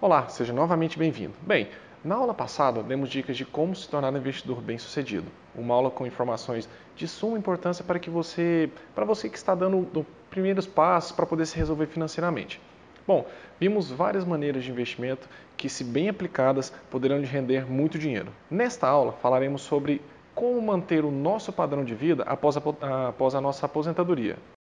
Olá, seja novamente bem-vindo. Bem, na aula passada demos dicas de como se tornar um investidor bem-sucedido. Uma aula com informações de suma importância para você que está dando os primeiros passos para poder se resolver financeiramente. Bom, vimos várias maneiras de investimento que, se bem aplicadas, poderão lhe render muito dinheiro. Nesta aula falaremos sobre como manter o nosso padrão de vida após a nossa aposentadoria.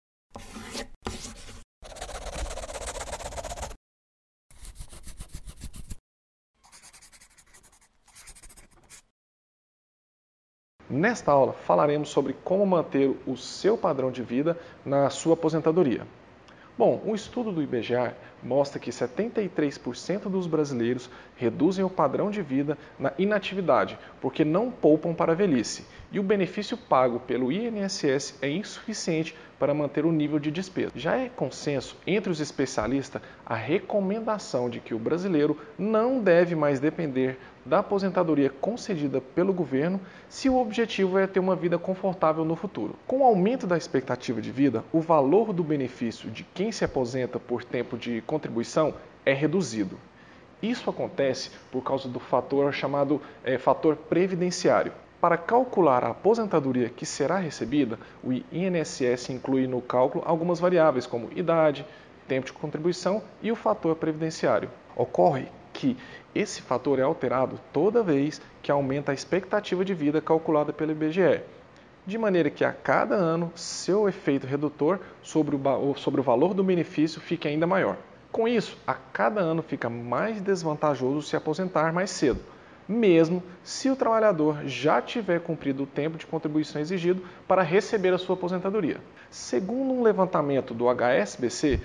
Nesta aula falaremos sobre como manter o seu padrão de vida na sua aposentadoria. Bom, um estudo do IBGE mostra que 73% dos brasileiros reduzem o padrão de vida na inatividade porque não poupam para a velhice, e o benefício pago pelo INSS é insuficiente para manter o nível de despesa. Já é consenso entre os especialistas a recomendação de que o brasileiro não deve mais depender da aposentadoria concedida pelo governo se o objetivo é ter uma vida confortável no futuro. Com o aumento da expectativa de vida, o valor do benefício de quem se aposenta por tempo de contribuição é reduzido. Isso acontece por causa do fator chamado fator previdenciário. Para calcular a aposentadoria que será recebida, o INSS inclui no cálculo algumas variáveis como idade, tempo de contribuição e o fator previdenciário. Ocorre que esse fator é alterado toda vez que aumenta a expectativa de vida calculada pelo IBGE, de maneira que a cada ano seu efeito redutor sobre o valor do benefício fique ainda maior. Com isso, a cada ano fica mais desvantajoso se aposentar mais cedo, mesmo se o trabalhador já tiver cumprido o tempo de contribuição exigido para receber a sua aposentadoria. Segundo um levantamento do HSBC,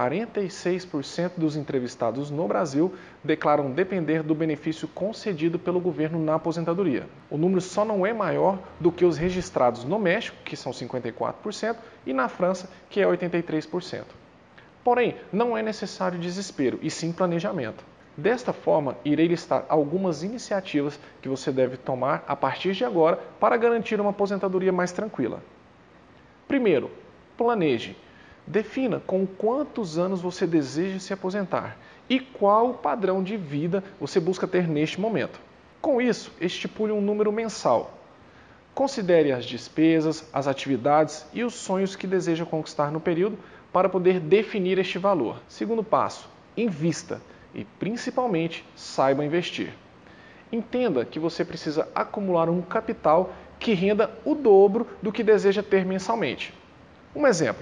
46% dos entrevistados no Brasil declaram depender do benefício concedido pelo governo na aposentadoria. O número só não é maior do que os registrados no México, que são 54%, e na França, que é 83%. Porém, não é necessário desespero, e sim planejamento. Desta forma, irei listar algumas iniciativas que você deve tomar a partir de agora para garantir uma aposentadoria mais tranquila. Primeiro, planeje. Defina com quantos anos você deseja se aposentar e qual padrão de vida você busca ter neste momento. Com isso, estipule um número mensal. Considere as despesas, as atividades e os sonhos que deseja conquistar no período para poder definir este valor. Segundo passo, invista e, principalmente, saiba investir. Entenda que você precisa acumular um capital que renda o dobro do que deseja ter mensalmente. Um exemplo.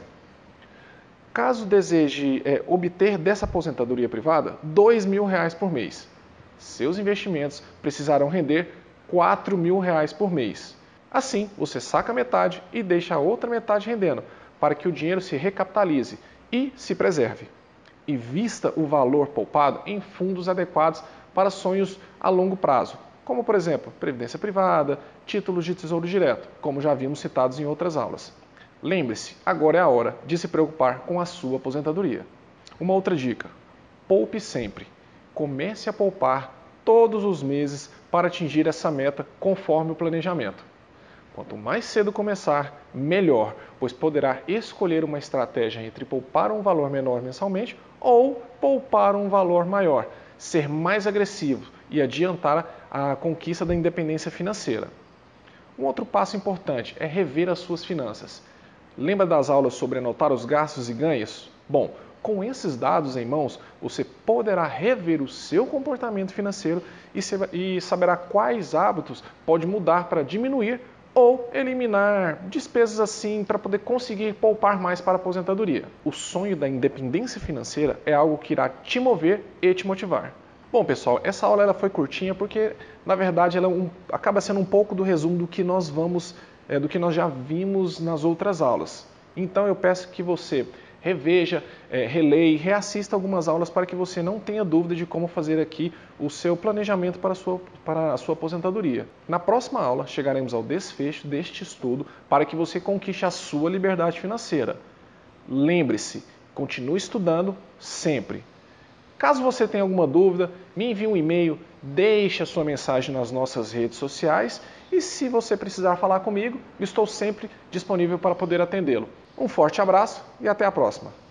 Caso deseje obter dessa aposentadoria privada R$2.000 por mês, seus investimentos precisarão render R$4.000 por mês. Assim, você saca metade e deixa a outra metade rendendo, para que o dinheiro se recapitalize e se preserve. Invista o valor poupado em fundos adequados para sonhos a longo prazo, como, por exemplo, previdência privada, títulos de tesouro direto, como já vimos citados em outras aulas. Lembre-se, agora é a hora de se preocupar com a sua aposentadoria. Uma outra dica: poupe sempre. Comece a poupar todos os meses para atingir essa meta conforme o planejamento. Quanto mais cedo começar, melhor, pois poderá escolher uma estratégia entre poupar um valor menor mensalmente ou poupar um valor maior, ser mais agressivo e adiantar a conquista da independência financeira. Um outro passo importante é rever as suas finanças. Lembra das aulas sobre anotar os gastos e ganhos? Bom, com esses dados em mãos, você poderá rever o seu comportamento financeiro e saberá quais hábitos pode mudar para diminuir ou eliminar despesas assim para poder conseguir poupar mais para a aposentadoria. O sonho da independência financeira é algo que irá te mover e te motivar. Bom, pessoal, essa aula ela foi curtinha porque, na verdade, ela acaba sendo um pouco do resumo do que nós já vimos nas outras aulas. Então, eu peço que você reveja, releia e reassista algumas aulas para que você não tenha dúvida de como fazer aqui o seu planejamento para a sua aposentadoria. Na próxima aula, chegaremos ao desfecho deste estudo para que você conquiste a sua liberdade financeira. Lembre-se, continue estudando sempre. Caso você tenha alguma dúvida, me envie um e-mail, deixe a sua mensagem nas nossas redes sociais e, se você precisar falar comigo, estou sempre disponível para poder atendê-lo. Um forte abraço e até a próxima!